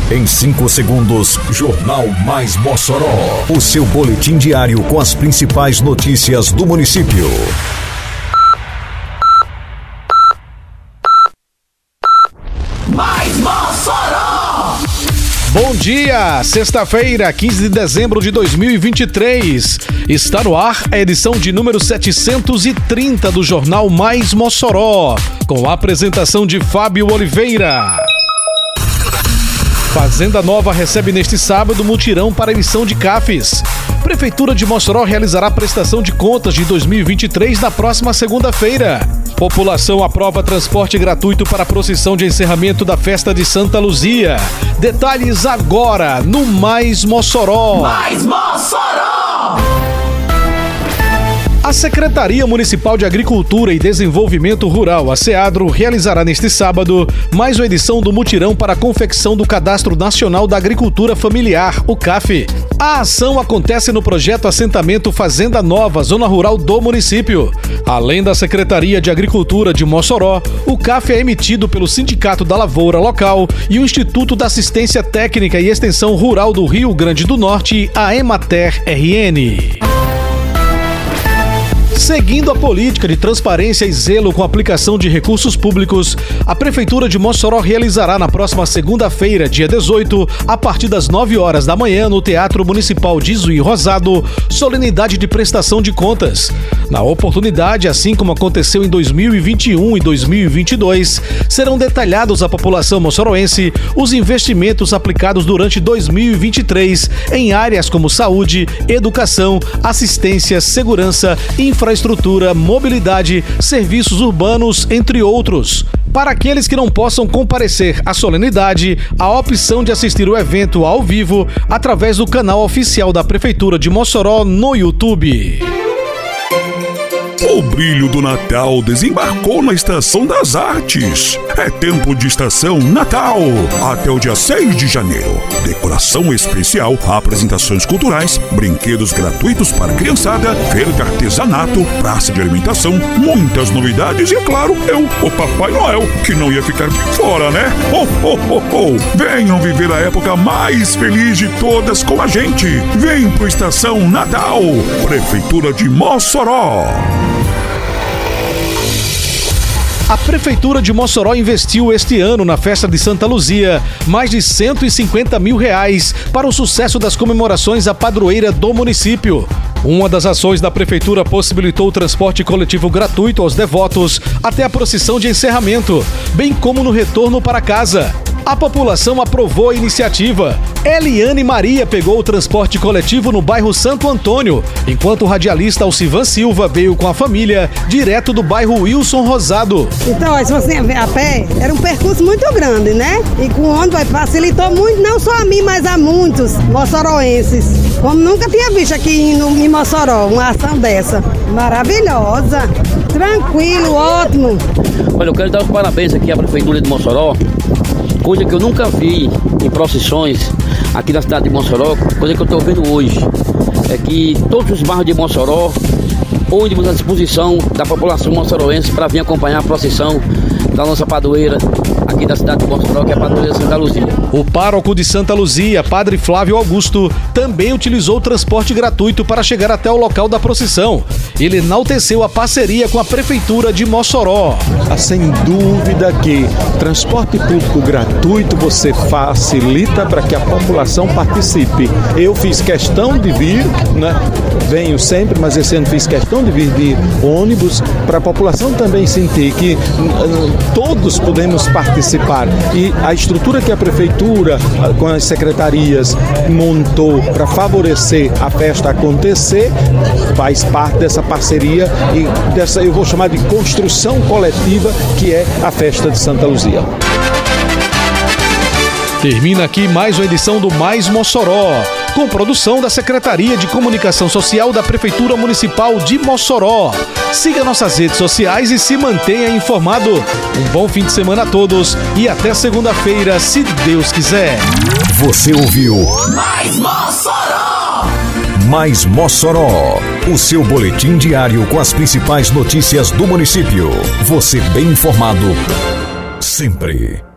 Em 5 segundos, Jornal Mais Mossoró. O seu boletim diário com as principais notícias do município. Mais Mossoró! Bom dia! Sexta-feira, 15 de dezembro de 2023. Está no ar a edição de número 730 do Jornal Mais Mossoró, com a apresentação de Fábio Oliveira. Fazenda Nova recebe neste sábado mutirão para emissão de CAFES. Prefeitura de Mossoró realizará prestação de contas de 2023 na próxima segunda-feira. População aprova transporte gratuito para a procissão de encerramento da festa de Santa Luzia. Detalhes agora no Mais Mossoró. Mais Mossoró! A Secretaria Municipal de Agricultura e Desenvolvimento Rural, a SEADRO, realizará neste sábado mais uma edição do mutirão para a confecção do Cadastro Nacional da Agricultura Familiar, o CAF. A ação acontece no projeto Assentamento Fazenda Nova, zona rural do município. Além da Secretaria de Agricultura de Mossoró, o CAF é emitido pelo Sindicato da Lavoura Local e o Instituto da Assistência Técnica e Extensão Rural do Rio Grande do Norte, a Emater-RN. Seguindo a política de transparência e zelo com a aplicação de recursos públicos, a Prefeitura de Mossoró realizará na próxima segunda-feira, dia 18, a partir das 9 horas da manhã, no Teatro Municipal de Juiz Rosado, solenidade de prestação de contas. Na oportunidade, assim como aconteceu em 2021 e 2022, serão detalhados à população moçoroense os investimentos aplicados durante 2023 em áreas como saúde, educação, assistência, segurança, infraestrutura, mobilidade, serviços urbanos, entre outros. Para aqueles que não possam comparecer à solenidade, a opção de assistir o evento ao vivo através do canal oficial da Prefeitura de Mossoró no YouTube. O brilho do Natal desembarcou na Estação das Artes. É tempo de Estação Natal, até o dia 6 de janeiro. Decoração especial, apresentações culturais, brinquedos gratuitos para criançada, feira de artesanato, praça de alimentação, muitas novidades e, é claro, o Papai Noel, que não ia ficar de fora, né? Venham viver a época mais feliz de todas com a gente. Vem pro Estação Natal, Prefeitura de Mossoró. A Prefeitura de Mossoró investiu este ano na festa de Santa Luzia mais de R$150 mil para o sucesso das comemorações à padroeira do município. Uma das ações da Prefeitura possibilitou o transporte coletivo gratuito aos devotos até a procissão de encerramento, bem como no retorno para casa. A população aprovou a iniciativa. Eliane Maria pegou o transporte coletivo no bairro Santo Antônio, enquanto o radialista Alcivan Silva veio com a família direto do bairro Wilson Rosado. Então, se você a pé, era um percurso muito grande, né? E com o ônibus facilitou muito, não só a mim, mas a muitos moçoroenses. Como nunca tinha visto aqui em Mossoró uma ação dessa. Maravilhosa, tranquilo, ótimo. Olha, eu quero dar os parabéns aqui à Prefeitura de Mossoró. Coisa que eu nunca vi em procissões aqui na cidade de Mossoró, coisa que eu estou vendo hoje, é que todos os bairros de Mossoró, ônibus à disposição da população moçoroense para vir acompanhar a procissão da nossa padroeira aqui da cidade de Mossoró, que é a padroeira Santa Luzia. O pároco de Santa Luzia, Padre Flávio Augusto, também utilizou o transporte gratuito para chegar até o local da procissão. Ele enalteceu a parceria com a Prefeitura de Mossoró. Sem dúvida que transporte público gratuito você facilita para que a população participe. Eu fiz questão de vir, né? Venho sempre, mas esse ano fiz questão de vir de ônibus para a população também sentir que todos podemos participar. E a estrutura que a Prefeitura, com as secretarias, montou para favorecer a festa acontecer, faz parte dessa parceria e dessa, eu vou chamar de construção coletiva, que é a festa de Santa Luzia. Termina aqui mais uma edição do Mais Mossoró, com produção da Secretaria de Comunicação Social da Prefeitura Municipal de Mossoró. Siga nossas redes sociais e se mantenha informado. Um bom fim de semana a todos e até segunda-feira, se Deus quiser. Você ouviu Mais Mossoró! Mais Mossoró, o seu boletim diário com as principais notícias do município. Você bem informado sempre.